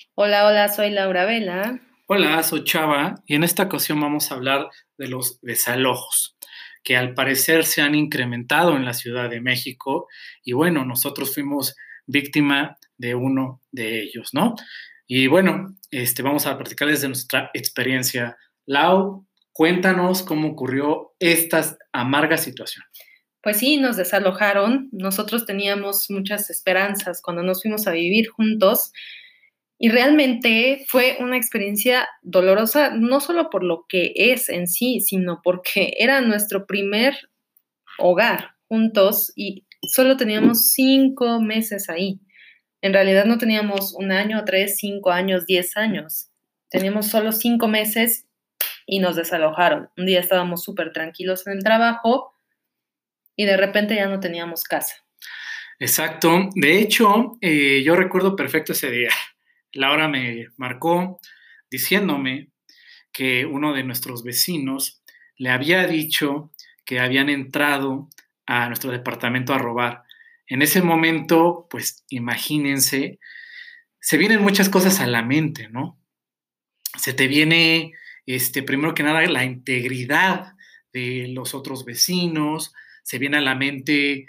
Hola, hola, soy Laura Vela. Hola, soy Chava y en esta ocasión vamos a hablar de los desalojos, que al parecer se han incrementado en la Ciudad de México y bueno, nosotros fuimos víctima de uno de ellos, ¿no? Y bueno, vamos a platicarles de nuestra experiencia. Lau, cuéntanos cómo ocurrió esta amarga situación. Pues sí, nos desalojaron. Nosotros teníamos muchas esperanzas cuando nos fuimos a vivir juntos y realmente fue una experiencia dolorosa, no solo por lo que es en sí, sino porque era nuestro primer hogar juntos y solo teníamos 5 meses ahí. En realidad no teníamos un año, 3, 5 años, 10 años. Teníamos solo 5 meses y nos desalojaron. Un día estábamos súper tranquilos en el trabajo y de repente ya no teníamos casa. Exacto. De hecho, yo recuerdo perfecto ese día. Laura me marcó diciéndome que uno de nuestros vecinos le había dicho que habían entrado a nuestro departamento a robar. En ese momento, pues imagínense, se vienen muchas cosas a la mente, ¿no? Se te viene, primero que nada, la integridad de los otros vecinos, se viene a la mente,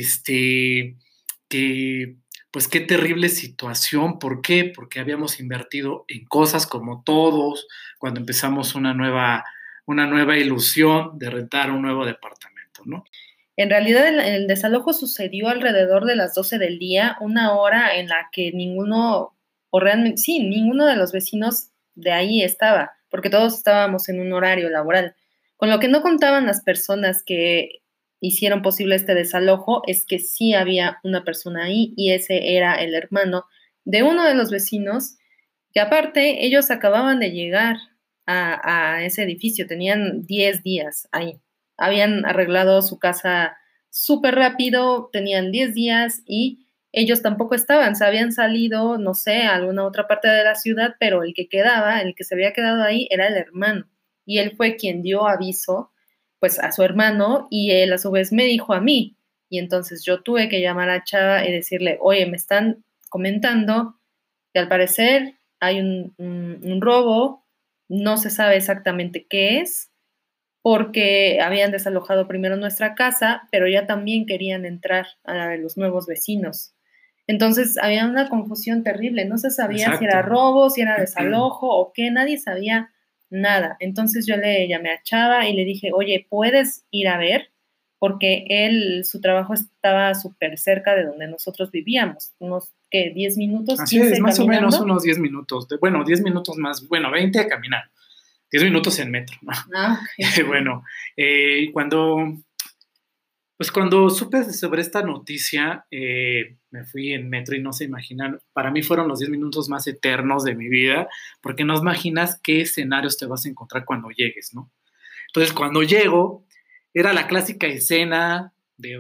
que, pues qué terrible situación, ¿por qué? Porque habíamos invertido en cosas como todos, cuando empezamos una nueva ilusión de rentar un nuevo departamento, ¿no? En realidad el desalojo sucedió alrededor de las 12 del día, una hora en la que ninguno, o realmente, sí, ninguno de los vecinos de ahí estaba, porque todos estábamos en un horario laboral. Con lo que no contaban las personas que hicieron posible este desalojo es que sí había una persona ahí y ese era el hermano de uno de los vecinos, que aparte ellos acababan de llegar a ese edificio, tenían 10 días ahí. Habían arreglado su casa súper rápido, tenían 10 días y ellos tampoco estaban, se habían salido, no sé, a alguna otra parte de la ciudad, pero el que quedaba, el que se había quedado ahí era el hermano. Y él fue quien dio aviso, pues, a su hermano y él a su vez me dijo a mí. Y entonces yo tuve que llamar a Chava y decirle, oye, me están comentando que al parecer hay un robo, no se sabe exactamente qué es, porque habían desalojado primero nuestra casa, pero ya también querían entrar a la de los nuevos vecinos. Entonces había una confusión terrible, no se sabía si Exacto. era robo, si era desalojo o qué, nadie sabía nada. Entonces yo le llamé a Chava y le dije, oye, ¿puedes ir a ver? Porque él, su trabajo estaba súper cerca de donde nosotros vivíamos, unos, ¿qué? 10 minutos, Así es, 15 más o menos caminando. unos 10 minutos, bueno, 10 minutos más, bueno, 20 de caminar, 10 minutos en metro, ¿no? Ah, ok. Bueno, cuando pues cuando supe sobre esta noticia, me fui en metro y no se imaginan, para mí fueron los 10 minutos más eternos de mi vida, porque no imaginas qué escenarios te vas a encontrar cuando llegues, ¿no? Entonces, cuando llego, era la clásica escena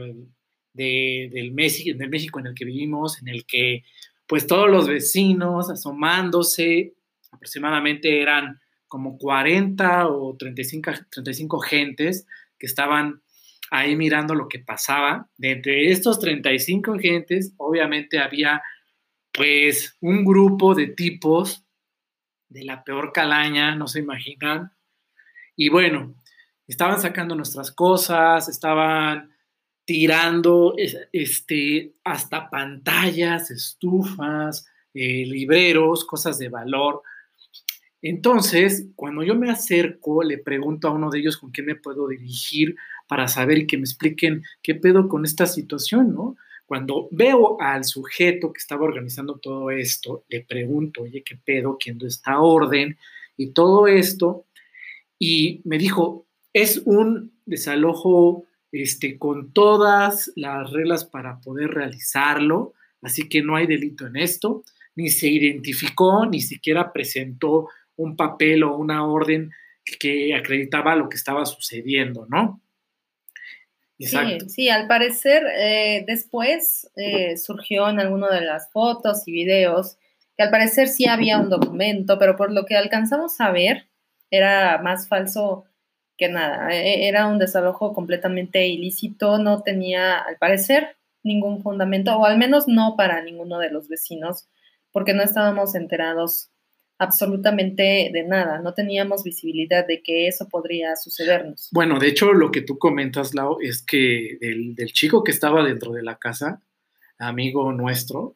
del México en el que vivimos, en el que pues todos los vecinos asomándose, aproximadamente eran como 40 o 35 gentes que estaban ahí mirando lo que pasaba. De entre estos 35 gentes, obviamente había pues un grupo de tipos de la peor calaña, no se imaginan. Y bueno, estaban sacando nuestras cosas, estaban tirando hasta pantallas, estufas, libreros, cosas de valor. Entonces, cuando yo me acerco, le pregunto a uno de ellos con quién me puedo dirigir para saber y que me expliquen qué pedo con esta situación, ¿no? Cuando veo al sujeto que estaba organizando todo esto, le pregunto, oye, ¿qué pedo? ¿Quién dio esta orden? Y todo esto, y me dijo, es un desalojo con todas las reglas para poder realizarlo, así que no hay delito en esto, ni se identificó, ni siquiera presentó un papel o una orden que acreditaba lo que estaba sucediendo, ¿no? Sí, Exacto. sí, al parecer después surgió en alguna de las fotos y videos que al parecer sí había un documento, pero por lo que alcanzamos a ver era más falso que nada. Era un desalojo completamente ilícito, no tenía al parecer ningún fundamento, o al menos no para ninguno de los vecinos, porque no estábamos enterados absolutamente de nada, no teníamos visibilidad de que eso podría sucedernos. Bueno, de hecho, lo que tú comentas, Lau, es que del chico que estaba dentro de la casa, amigo nuestro,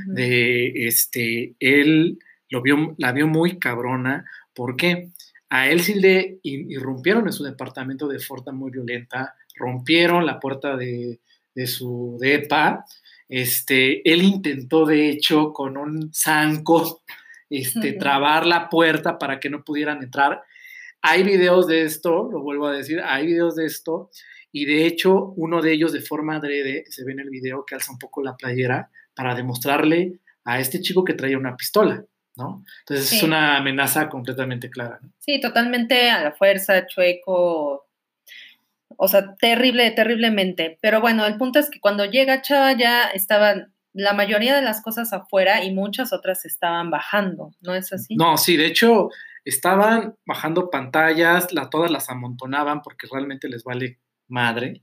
él la vio muy cabrona, porque a él sí le irrumpieron en su departamento de forma muy violenta, rompieron la puerta de su depa, él intentó de hecho con un zanco, trabar la puerta para que no pudieran entrar. Hay videos de esto, lo vuelvo a decir, hay videos de esto, y de hecho uno de ellos de forma adrede, se ve en el video que alza un poco la playera para demostrarle a este chico que traía una pistola, ¿no? Entonces es una amenaza completamente clara, ¿no? Sí, totalmente a la fuerza, chueco, o sea, terriblemente. Pero bueno, el punto es que cuando llega Chava ya estaban la mayoría de las cosas afuera y muchas otras estaban bajando, ¿no es así? No, sí, de hecho estaban bajando pantallas, todas las amontonaban porque realmente les vale madre.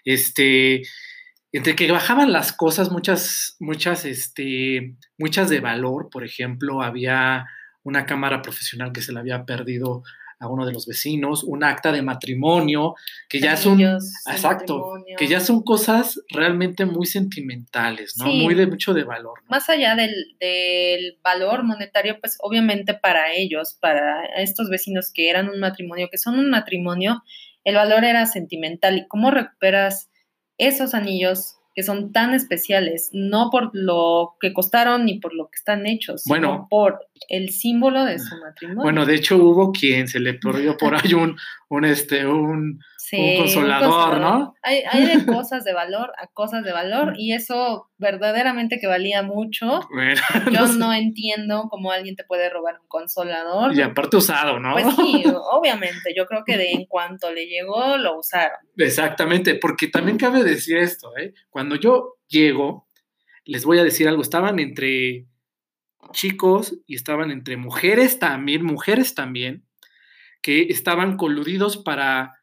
Entre que bajaban las cosas, muchas de valor, por ejemplo, había una cámara profesional que se le había perdido a uno de los vecinos, un acta de matrimonio, que ya son, exacto, que ya son cosas realmente muy sentimentales, ¿no? Sí. Muy de mucho de valor, ¿no? Más allá del valor monetario, pues obviamente para ellos, para estos vecinos que eran un matrimonio, que son un matrimonio, el valor era sentimental. ¿Y cómo recuperas esos anillos que son tan especiales, no por lo que costaron ni por lo que están hechos, sino por el símbolo de su matrimonio? Bueno, de hecho hubo quien se le perdió por ahí un consolador, ¿no? Hay de cosas de valor a cosas de valor, y eso verdaderamente que valía mucho. Bueno, yo no entiendo cómo alguien te puede robar un consolador. Y aparte usado, ¿no? Pues sí, obviamente, yo creo que en cuanto le llegó, lo usaron. Exactamente, porque también cabe decir esto, ¿eh? Cuando yo llego, les voy a decir algo, estaban entre chicos y estaban entre mujeres también, que estaban coludidos para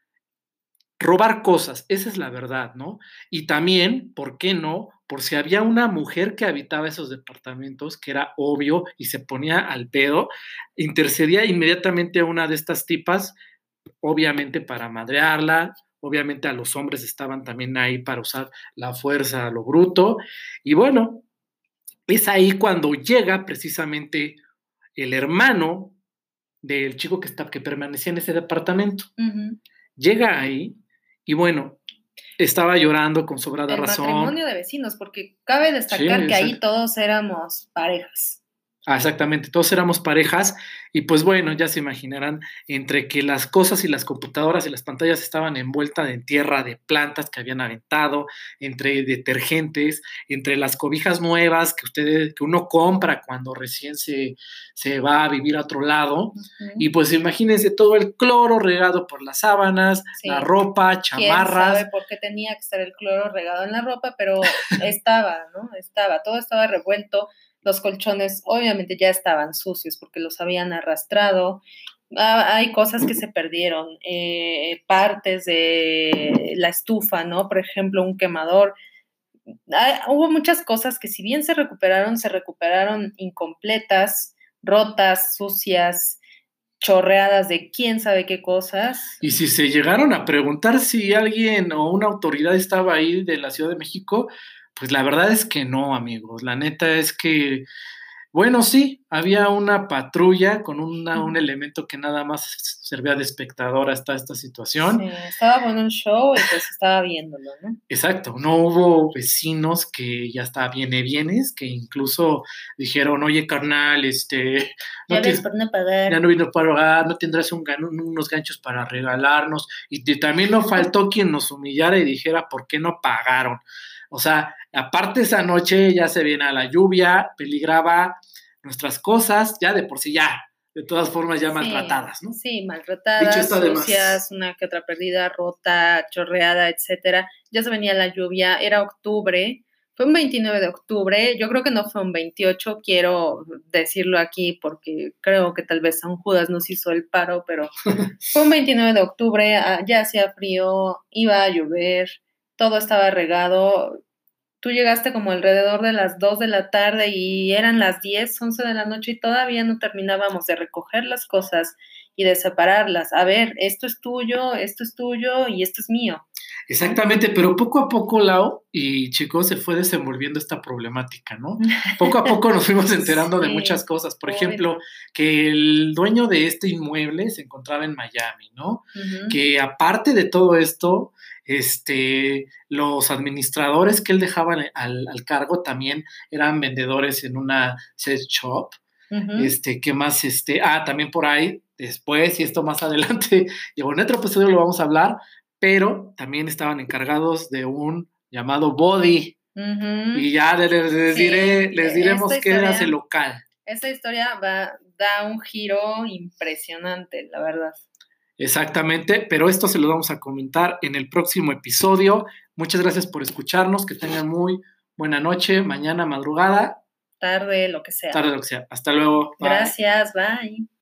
robar cosas, esa es la verdad, ¿no? Y también, ¿por qué no? Por si había una mujer que habitaba esos departamentos, que era obvio y se ponía al pedo, intercedía inmediatamente a una de estas tipas, obviamente para madrearla, obviamente a los hombres estaban también ahí para usar la fuerza a lo bruto, y bueno, es ahí cuando llega precisamente el hermano del chico que permanecía en ese departamento. Llega ahí y bueno, estaba llorando con sobrada razón. El matrimonio de vecinos, porque cabe destacar que ahí todos éramos parejas. Ah, exactamente, todos éramos parejas y pues bueno, ya se imaginarán, entre que las cosas y las computadoras y las pantallas estaban envueltas en tierra de plantas que habían aventado, entre detergentes, entre las cobijas nuevas que uno compra cuando recién se va a vivir a otro lado, y pues imagínense todo el cloro regado por las sábanas, la ropa, chamarras. ¿Quién sabe por qué tenía que estar el cloro regado en la ropa? Pero estaba, ¿no? Todo estaba revuelto. Los colchones obviamente ya estaban sucios porque los habían arrastrado. Hay cosas que se perdieron, partes de la estufa, ¿no? Por ejemplo, un quemador. Hubo muchas cosas que si bien se recuperaron incompletas, rotas, sucias, chorreadas de quién sabe qué cosas. Y si se llegaron a preguntar si alguien o una autoridad estaba ahí de la Ciudad de México, pues la verdad es que no, amigos. La neta es que, bueno, sí, había una patrulla con un elemento que nada más servía de espectador hasta esta situación. Sí, estaba con un show y pues estaba viéndolo, ¿no? Exacto, no hubo vecinos que ya está vienes, que incluso dijeron, oye, carnal, ya ves por no pagar. Ya no vino para pagar, no tendrás unos ganchos para regalarnos. Y también no faltó quien nos humillara y dijera, ¿por qué no pagaron? O sea, aparte esa noche ya se viene a la lluvia, peligraba nuestras cosas, ya de por sí ya, de todas formas ya maltratadas, ¿no? Sí, maltratadas, sucias, una que otra perdida, rota, chorreada, etcétera. Ya se venía la lluvia, era octubre, fue un 29 de octubre, yo creo que no fue un 28, quiero decirlo aquí porque creo que tal vez San Judas nos hizo el paro, pero fue un 29 de octubre, ya hacía frío, iba a llover, todo estaba regado. Tú llegaste como alrededor de las 2 de la tarde y eran las 10, 11 de la noche y todavía no terminábamos de recoger las cosas y de separarlas. A ver, esto es tuyo y esto es mío. Exactamente, pero poco a poco, Lau y chicos, se fue desenvolviendo esta problemática, ¿no? Poco a poco nos fuimos enterando de muchas Sí, cosas. Por obvio. ejemplo, que el dueño de este inmueble se encontraba en Miami, ¿no? Ujú. Que aparte de todo esto, los administradores que él dejaba al cargo también eran vendedores en una sex shop. Ujú. ¿Qué más? También por ahí, después, y esto más adelante, y en otro episodio lo vamos a hablar, pero también estaban encargados de un llamado Body, Ujú. y ya Sí, les esta diremos qué era ese historia local. esta historia da un giro impresionante, la verdad. Exactamente, pero esto se lo vamos a comentar en el próximo episodio. Muchas gracias por escucharnos, que tengan muy buena noche, mañana, madrugada, Tarde, lo que sea. tarde, lo que sea. Hasta luego, bye. Gracias, bye.